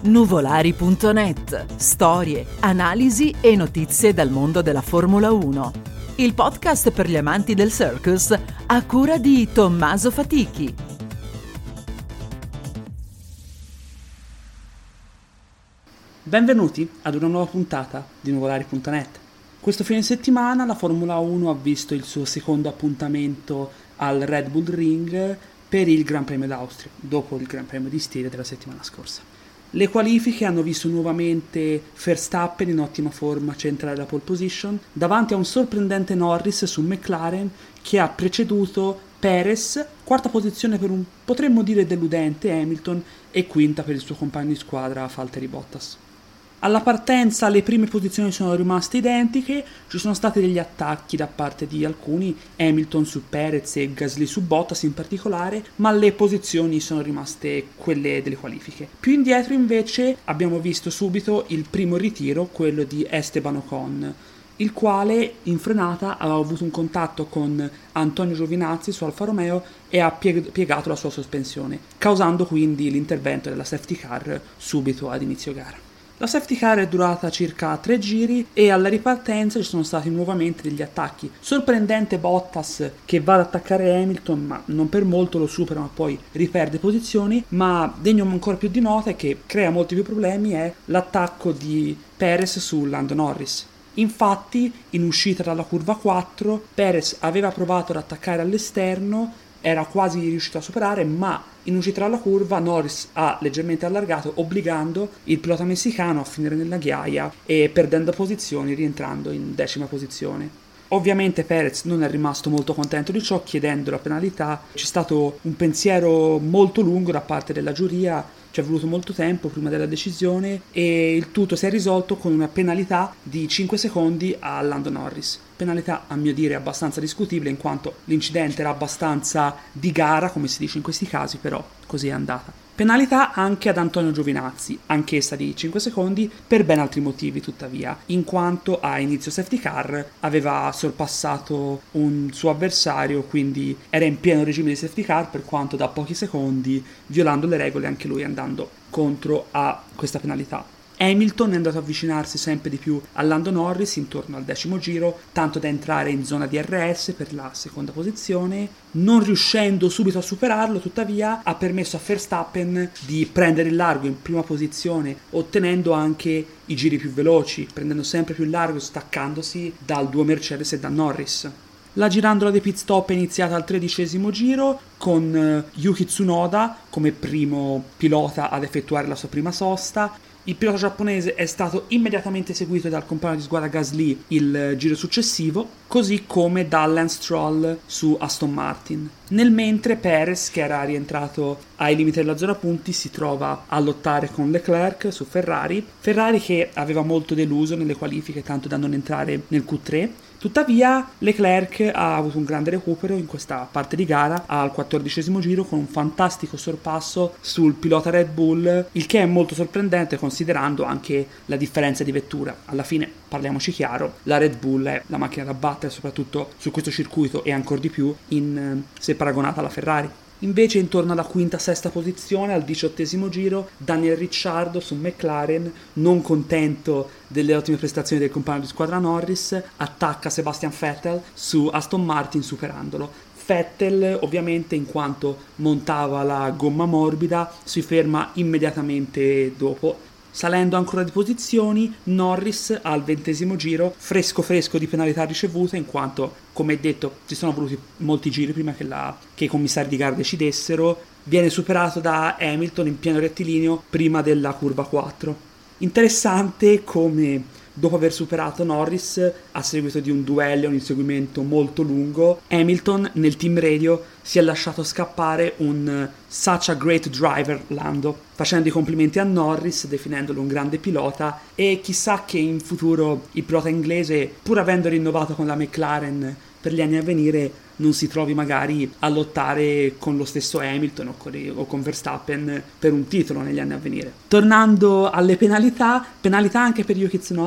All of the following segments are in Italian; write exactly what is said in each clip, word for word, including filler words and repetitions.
Nuvolari punto net. Storie, analisi e notizie dal mondo della Formula uno. Il podcast per gli amanti del circus a cura di Tommaso Fatichi. Benvenuti ad una nuova puntata di Nuvolari punto net. Questo fine settimana la Formula uno ha visto il suo secondo appuntamento al Red Bull Ring per il Gran Premio d'Austria, dopo il Gran Premio di Stiria della settimana scorsa. Le qualifiche hanno visto nuovamente Verstappen in ottima forma centrale alla pole position, davanti a un sorprendente Norris su McLaren che ha preceduto Perez, quarta posizione per un, potremmo dire, deludente Hamilton e quinta per il suo compagno di squadra Valtteri Bottas. Alla partenza le prime posizioni sono rimaste identiche, ci sono stati degli attacchi da parte di alcuni, Hamilton su Perez e Gasly su Bottas in particolare, ma le posizioni sono rimaste quelle delle qualifiche. Più indietro invece abbiamo visto subito il primo ritiro, quello di Esteban Ocon, il quale in frenata aveva avuto un contatto con Antonio Giovinazzi su Alfa Romeo e ha piegato la sua sospensione, causando quindi l'intervento della safety car subito ad inizio gara. La safety car è durata circa tre giri e alla ripartenza ci sono stati nuovamente degli attacchi. Sorprendente Bottas che va ad attaccare Hamilton, ma non per molto lo supera, ma poi riperde posizioni. Ma degno ancora più di nota e che crea molti più problemi è l'attacco di Perez su Lando Norris. Infatti, in uscita dalla curva quattro, Perez aveva provato ad attaccare all'esterno, era quasi riuscito a superare, ma in uscita dalla curva Norris ha leggermente allargato, obbligando il pilota messicano a finire nella ghiaia e perdendo posizioni, rientrando in decima posizione. Ovviamente Perez non è rimasto molto contento di ciò, chiedendo la penalità. C'è stato un pensiero molto lungo da parte della giuria, ci è voluto molto tempo prima della decisione e il tutto si è risolto con una penalità di cinque secondi a Lando Norris. Penalità a mio dire abbastanza discutibile, in quanto l'incidente era abbastanza di gara, come si dice in questi casi, però così è andata. Penalità anche ad Antonio Giovinazzi, anch'essa di cinque secondi, per ben altri motivi tuttavia, in quanto a inizio safety car aveva sorpassato un suo avversario, quindi era in pieno regime di safety car per quanto da pochi secondi, violando le regole anche lui andando contro a questa penalità. Hamilton è andato ad avvicinarsi sempre di più a Lando Norris intorno al decimo giro, tanto da entrare in zona D R S per la seconda posizione. Non riuscendo subito a superarlo, tuttavia, ha permesso a Verstappen di prendere il largo in prima posizione, ottenendo anche i giri più veloci, prendendo sempre più il largo, staccandosi dal duo Mercedes e da Norris. La girandola dei pit stop è iniziata al tredicesimo giro con Yuki Tsunoda come primo pilota ad effettuare la sua prima sosta. Il pilota giapponese è stato immediatamente seguito dal compagno di squadra Gasly il giro successivo, così come da Lance Stroll su Aston Martin. Nel mentre Perez, che era rientrato ai limiti della zona punti, si trova a lottare con Leclerc su Ferrari. Ferrari che aveva molto deluso nelle qualifiche, tanto da non entrare nel Q tre. Tuttavia Leclerc ha avuto un grande recupero in questa parte di gara al quattordicesimo giro con un fantastico sorpasso sul pilota Red Bull, il che è molto sorprendente considerando anche la differenza di vettura. Alla fine, parliamoci chiaro, la Red Bull è la macchina da battere soprattutto su questo circuito e ancora di più in, se paragonata alla Ferrari. Invece intorno alla quinta sesta posizione, al diciottesimo giro, Daniel Ricciardo su McLaren, non contento delle ottime prestazioni del compagno di squadra Norris, attacca Sebastian Vettel su Aston Martin superandolo. Vettel, ovviamente, in quanto montava la gomma morbida, si ferma immediatamente dopo. Salendo ancora di posizioni, Norris al ventesimo giro, fresco fresco di penalità ricevute, in quanto, come detto, ci sono voluti molti giri prima che, la, che i commissari di gara decidessero, viene superato da Hamilton in pieno rettilineo prima della curva quattro. Interessante come, dopo aver superato Norris a seguito di un duello e un inseguimento molto lungo, Hamilton nel team radio si è lasciato scappare un "such a great driver" Lando, facendo i complimenti a Norris, definendolo un grande pilota, e chissà che in futuro il pilota inglese, pur avendo rinnovato con la McLaren per gli anni a venire, non si trovi magari a lottare con lo stesso Hamilton o con, o con Verstappen per un titolo negli anni a venire. Tornando alle penalità, penalità anche per Yuki Tsunoda,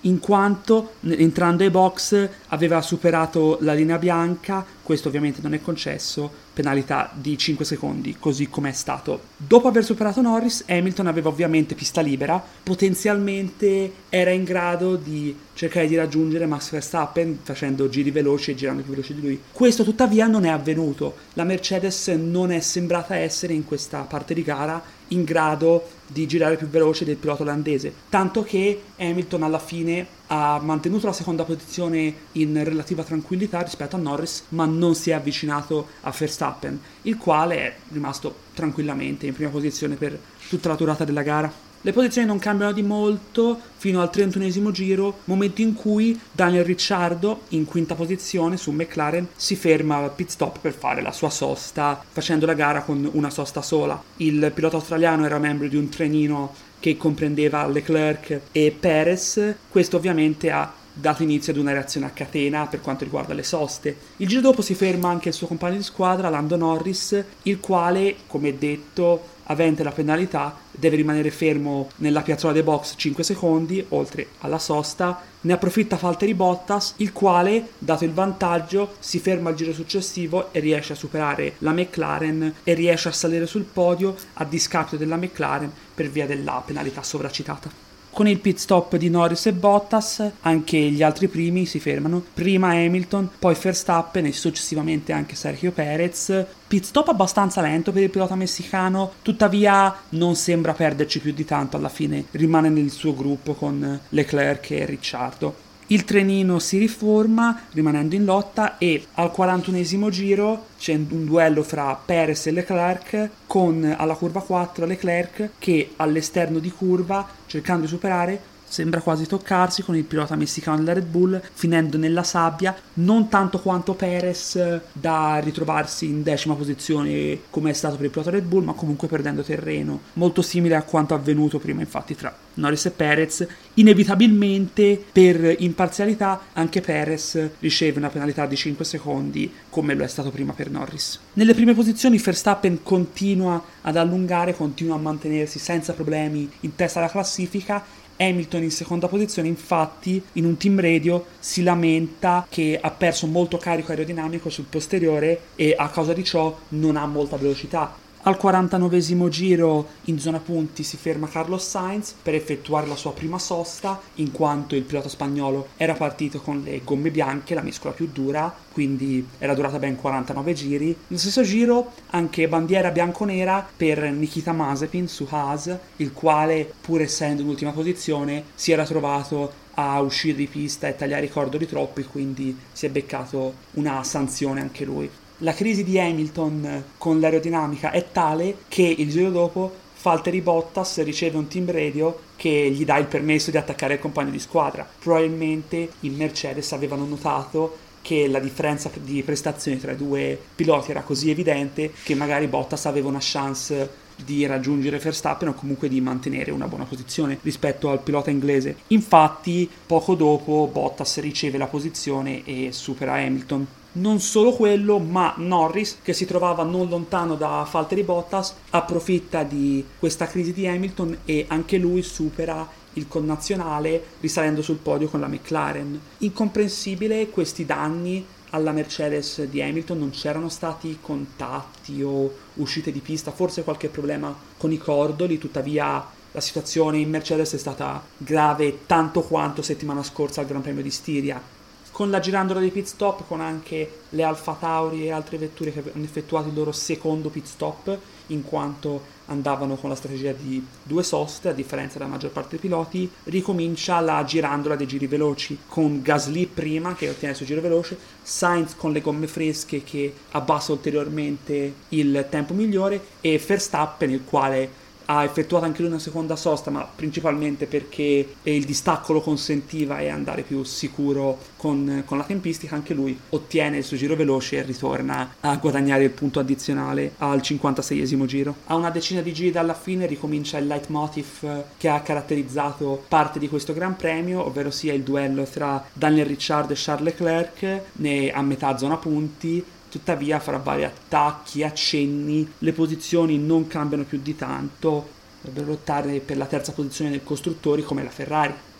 in quanto entrando ai box aveva superato la linea bianca. Questo ovviamente non è concesso, penalità di cinque secondi, così come è stato. Dopo aver superato Norris, Hamilton aveva ovviamente pista libera, potenzialmente era in grado di cercare di raggiungere Max Verstappen facendo giri veloci e girando più veloci di lui. Questo tuttavia non è avvenuto, la Mercedes non è sembrata essere in questa parte di gara in grado di girare più veloce del pilota olandese, tanto che Hamilton alla fine ha mantenuto la seconda posizione in relativa tranquillità rispetto a Norris, ma non si è avvicinato a Verstappen, il quale è rimasto tranquillamente in prima posizione per tutta la durata della gara. Le posizioni non cambiano di molto fino al trentunesimo giro, momento in cui Daniel Ricciardo, in quinta posizione su McLaren, si ferma al pit stop per fare la sua sosta, facendo la gara con una sosta sola. Il pilota australiano era membro di un trenino che comprendeva Leclerc e Perez. Questo ovviamente ha dato inizio ad una reazione a catena per quanto riguarda le soste. Il giro dopo si ferma anche il suo compagno di squadra, Lando Norris, il quale, come detto, avente la penalità, deve rimanere fermo nella piazzola dei box cinque secondi, oltre alla sosta. Ne approfitta Valtteri Bottas, il quale, dato il vantaggio, si ferma al giro successivo e riesce a superare la McLaren e riesce a salire sul podio a discapito della McLaren per via della penalità sovracitata. Con il pit stop di Norris e Bottas, anche gli altri primi si fermano, prima Hamilton, poi Verstappen e successivamente anche Sergio Perez. Pit stop abbastanza lento per il pilota messicano, tuttavia non sembra perderci più di tanto, alla fine rimane nel suo gruppo con Leclerc e Ricciardo. Il trenino si riforma rimanendo in lotta e al quarantunesimo giro c'è un duello fra Perez e Leclerc, con alla curva quattro Leclerc che all'esterno di curva, cercando di superare, sembra quasi toccarsi con il pilota messicano della Red Bull, finendo nella sabbia, non tanto quanto Perez da ritrovarsi in decima posizione come è stato per il pilota Red Bull, ma comunque perdendo terreno, molto simile a quanto avvenuto prima infatti tra Norris e Perez. Inevitabilmente, per imparzialità, anche Perez riceve una penalità di cinque secondi come lo è stato prima per Norris. Nelle prime posizioni Verstappen continua ad allungare, continua a mantenersi senza problemi in testa alla classifica. Hamilton in seconda posizione, infatti, in un team radio si lamenta che ha perso molto carico aerodinamico sul posteriore e a causa di ciò non ha molta velocità. Al quarantanovesimo giro in zona punti si ferma Carlos Sainz per effettuare la sua prima sosta, in quanto il pilota spagnolo era partito con le gomme bianche, la mescola più dura, quindi era durata ben quarantanove giri. Nello stesso giro anche bandiera bianconera per Nikita Mazepin su Haas, il quale, pur essendo in ultima posizione, si era trovato a uscire di pista e tagliare i cordoli troppi, quindi si è beccato una sanzione anche lui. La crisi di Hamilton con l'aerodinamica è tale che il giro dopo Valtteri Bottas riceve un team radio che gli dà il permesso di attaccare il compagno di squadra. Probabilmente in Mercedes avevano notato che la differenza di prestazioni tra i due piloti era così evidente che magari Bottas aveva una chance di raggiungere Verstappen o comunque di mantenere una buona posizione rispetto al pilota inglese. Infatti poco dopo Bottas riceve la posizione e supera Hamilton. Non solo quello, ma Norris, che si trovava non lontano da Valtteri Bottas, approfitta di questa crisi di Hamilton e anche lui supera il connazionale risalendo sul podio con la McLaren. Incomprensibile questi danni alla Mercedes di Hamilton, non c'erano stati contatti o uscite di pista, forse qualche problema con i cordoli, tuttavia la situazione in Mercedes è stata grave tanto quanto settimana scorsa al Gran Premio di Stiria. Con la girandola dei pit stop, con anche le Alfa Tauri e altre vetture che hanno effettuato il loro secondo pit stop, in quanto andavano con la strategia di due soste, a differenza della maggior parte dei piloti, ricomincia la girandola dei giri veloci, con Gasly prima che ottiene il suo giro veloce, Sainz con le gomme fresche che abbassa ulteriormente il tempo migliore e Verstappen, il quale ha effettuato anche lui una seconda sosta, ma principalmente perché il distacco lo consentiva e andare più sicuro con, con la tempistica. Anche lui ottiene il suo giro veloce e ritorna a guadagnare il punto addizionale al cinquantaseiesimo giro. A una decina di giri dalla fine ricomincia il leitmotiv che ha caratterizzato parte di questo Gran Premio, ovvero sia il duello tra Daniel Ricciardo e Charles Leclerc ne, a metà zona punti. Tuttavia, fra vari attacchi e accenni, le posizioni non cambiano più di tanto, dovrebbero lottare per la terza posizione dei costruttori come la Ferrari.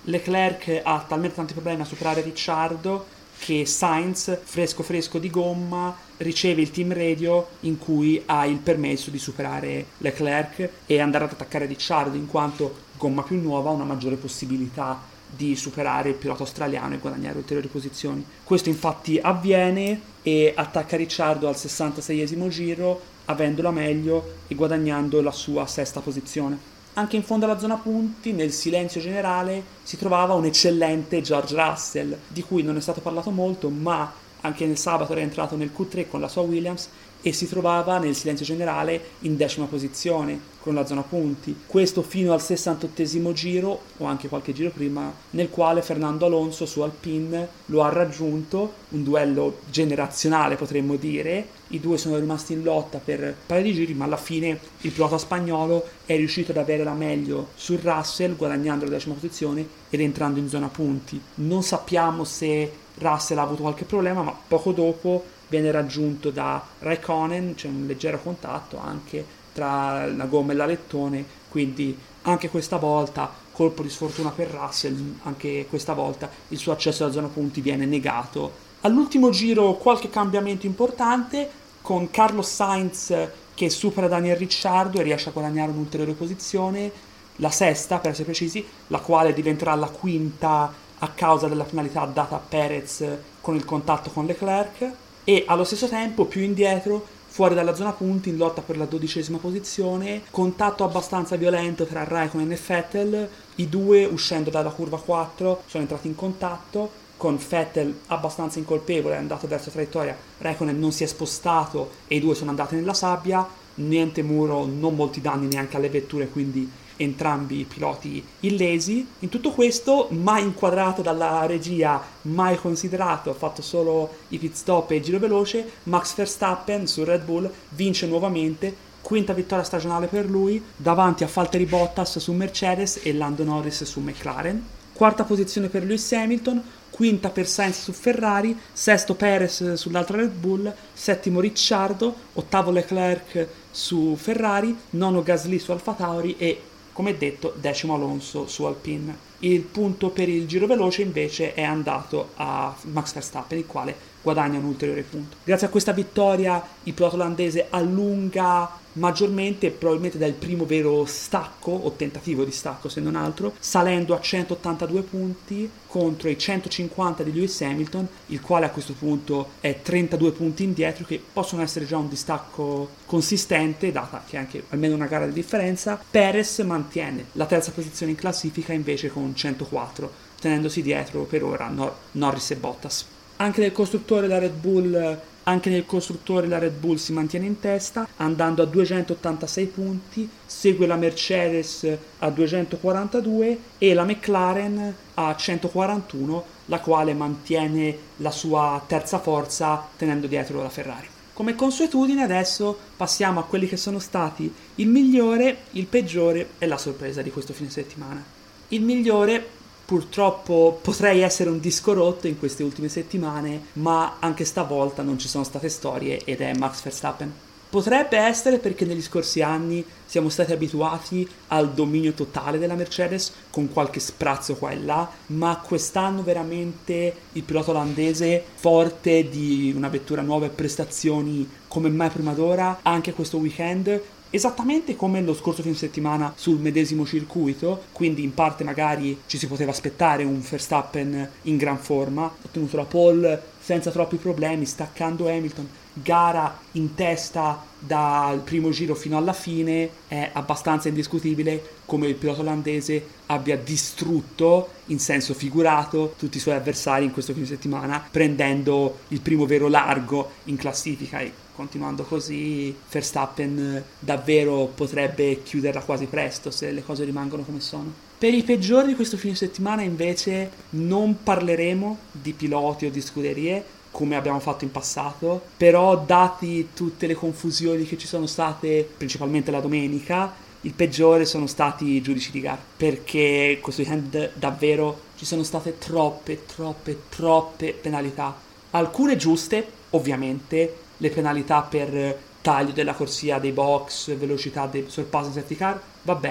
Leclerc ha talmente tanti problemi a superare Ricciardo che Sainz, fresco fresco di gomma, riceve il team radio in cui ha il permesso di superare Leclerc e andare ad attaccare Ricciardo, in quanto gomma più nuova ha una maggiore possibilità di superare il pilota australiano e guadagnare ulteriori posizioni. Questo infatti avviene e attacca Ricciardo al sessantaseiesimo giro, avendola meglio e guadagnando la sua sesta posizione. Anche in fondo alla zona punti, nel silenzio generale, si trovava un eccellente George Russell, di cui non è stato parlato molto, ma anche nel sabato era entrato nel Q tre con la sua Williams e si trovava nel silenzio generale in decima posizione con la zona punti. Questo fino al sessantottesimo giro, o anche qualche giro prima, nel quale Fernando Alonso su Alpine lo ha raggiunto, un duello generazionale potremmo dire. I due sono rimasti in lotta per un paio di giri, ma alla fine il pilota spagnolo è riuscito ad avere la meglio su Russell, guadagnando la decima posizione ed entrando in zona punti. Non sappiamo se Russell ha avuto qualche problema, ma poco dopo viene raggiunto da Raikkonen, c'è un leggero contatto anche tra la gomma e l'alettone, quindi anche questa volta colpo di sfortuna per Russell, anche questa volta il suo accesso alla zona punti viene negato. All'ultimo giro qualche cambiamento importante, con Carlos Sainz che supera Daniel Ricciardo e riesce a guadagnare un'ulteriore posizione, la sesta per essere precisi, la quale diventerà la quinta a causa della penalità data a Perez con il contatto con Leclerc, e allo stesso tempo più indietro, fuori dalla zona punti, in lotta per la dodicesima posizione, contatto abbastanza violento tra Raikkonen e Vettel. I due, uscendo dalla curva quattro, sono entrati in contatto, con Vettel abbastanza incolpevole, è andato verso traiettoria, Raikkonen non si è spostato e i due sono andati nella sabbia, niente muro, non molti danni neanche alle vetture, quindi entrambi i piloti illesi. In tutto questo, mai inquadrato dalla regia, mai considerato, ha fatto solo i pit stop e il giro veloce, Max Verstappen su Red Bull vince nuovamente, quinta vittoria stagionale per lui, davanti a Valtteri Bottas su Mercedes e Lando Norris su McLaren. Quarta posizione per Lewis Hamilton, quinta per Sainz su Ferrari, sesto Perez sull'altra Red Bull, settimo Ricciardo, ottavo Leclerc su Ferrari, nono Gasly su AlphaTauri e, come detto, decimo Alonso su Alpine. Il punto per il giro veloce invece è andato a Max Verstappen, il quale guadagna un ulteriore punto. Grazie a questa vittoria il pilota olandese allunga maggiormente, probabilmente dal primo vero stacco o tentativo di stacco se non altro, salendo a centottantadue punti contro i centocinquanta di Lewis Hamilton, il quale a questo punto è trentadue punti indietro, che possono essere già un distacco consistente data che anche almeno una gara di differenza. Perez mantiene la terza posizione in classifica invece con centoquattro, tenendosi dietro per ora Nor- Norris e Bottas. Anche nel costruttore la Red Bull Anche nel costruttore la Red Bull si mantiene in testa, andando a duecentottantasei punti, segue la Mercedes a duecentoquarantadue e la McLaren a centoquarantuno, la quale mantiene la sua terza forza tenendo dietro la Ferrari. Come consuetudine adesso passiamo a quelli che sono stati il migliore, il peggiore e la sorpresa di questo fine settimana. Il migliore, purtroppo potrei essere un disco rotto in queste ultime settimane, ma anche stavolta non ci sono state storie ed è Max Verstappen. Potrebbe essere perché negli scorsi anni siamo stati abituati al dominio totale della Mercedes con qualche sprazzo qua e là, ma quest'anno veramente il pilota olandese, forte di una vettura nuova e prestazioni come mai prima d'ora, anche questo weekend, esattamente come lo scorso fine settimana sul medesimo circuito, quindi in parte magari ci si poteva aspettare un Verstappen in gran forma, ha ottenuto la pole senza troppi problemi, staccando Hamilton, gara in testa dal primo giro fino alla fine. È abbastanza indiscutibile come il pilota olandese abbia distrutto, in senso figurato, tutti i suoi avversari in questo fine settimana, prendendo il primo vero largo in classifica e continuando così Verstappen davvero potrebbe chiuderla quasi presto se le cose rimangono come sono. Per i peggiori di questo fine settimana invece non parleremo di piloti o di scuderie come abbiamo fatto in passato, però dati tutte le confusioni che ci sono state principalmente la domenica, il peggiore sono stati i giudici di gara, perché questo weekend davvero ci sono state troppe, troppe, troppe penalità, alcune giuste ovviamente, le penalità per taglio della corsia dei box, velocità dei sorpasso safety car, va bene,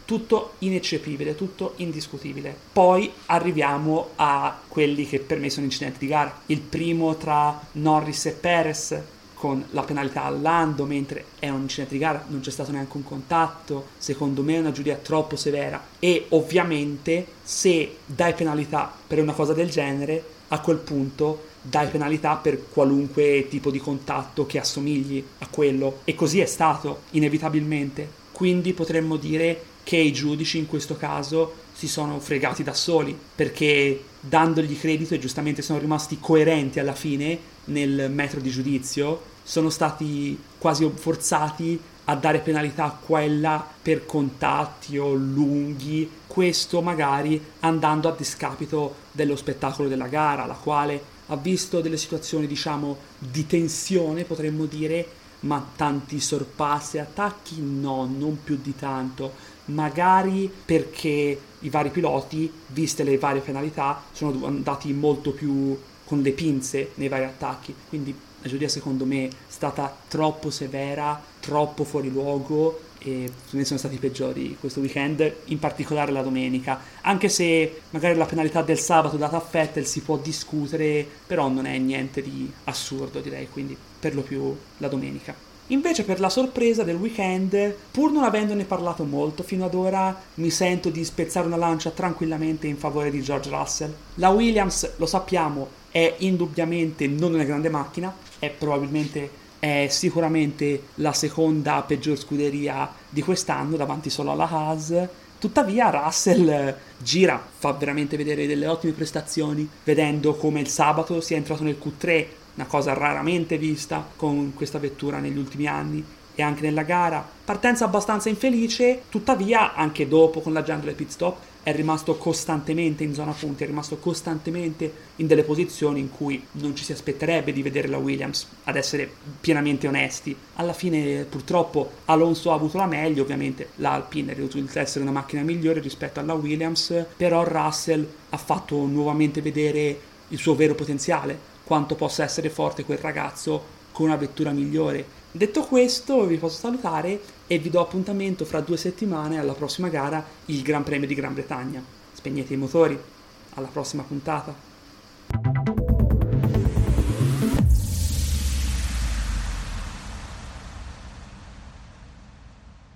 tutto ineccepibile, tutto indiscutibile. Poi arriviamo a quelli che per me sono incidenti di gara. Il primo tra Norris e Perez, con la penalità a Lando, mentre è un incidente di gara, non c'è stato neanche un contatto, secondo me è una giuria troppo severa. E ovviamente se dai penalità per una cosa del genere, a quel punto dai penalità per qualunque tipo di contatto che assomigli a quello, e così è stato inevitabilmente. Quindi potremmo dire che i giudici in questo caso si sono fregati da soli, perché dandogli credito, e giustamente sono rimasti coerenti alla fine nel metro di giudizio, sono stati quasi forzati a dare penalità qua e là per contatti o lunghi, questo magari andando a discapito dello spettacolo della gara, la quale ha visto delle situazioni, diciamo, di tensione, potremmo dire, ma tanti sorpassi e attacchi no, non più di tanto, magari perché i vari piloti, viste le varie penalità, sono andati molto più con le pinze nei vari attacchi, quindi la giuria secondo me è stata troppo severa, troppo fuori luogo, e ne sono stati peggiori questo weekend, in particolare la domenica, anche se magari la penalità del sabato data a Vettel si può discutere, però non è niente di assurdo, direi, quindi per lo più la domenica. Invece per la sorpresa del weekend, pur non avendone parlato molto fino ad ora, mi sento di spezzare una lancia tranquillamente in favore di George Russell. La Williams, lo sappiamo, è indubbiamente non una grande macchina, è probabilmente è sicuramente la seconda peggior scuderia di quest'anno, davanti solo alla Haas. Tuttavia Russell gira, fa veramente vedere delle ottime prestazioni, vedendo come il sabato sia entrato nel Q tre, una cosa raramente vista con questa vettura negli ultimi anni, e anche nella gara. Partenza abbastanza infelice, tuttavia anche dopo con la jungle pit stop è rimasto costantemente in zona punti, è rimasto costantemente in delle posizioni in cui non ci si aspetterebbe di vedere la Williams, ad essere pienamente onesti. Alla fine purtroppo Alonso ha avuto la meglio, ovviamente la Alpine risulta essere una macchina migliore rispetto alla Williams, però Russell ha fatto nuovamente vedere il suo vero potenziale, quanto possa essere forte quel ragazzo con una vettura migliore. Detto questo, vi posso salutare e vi do appuntamento fra due settimane alla prossima gara, il Gran Premio di Gran Bretagna. Spegnete i motori, alla prossima puntata.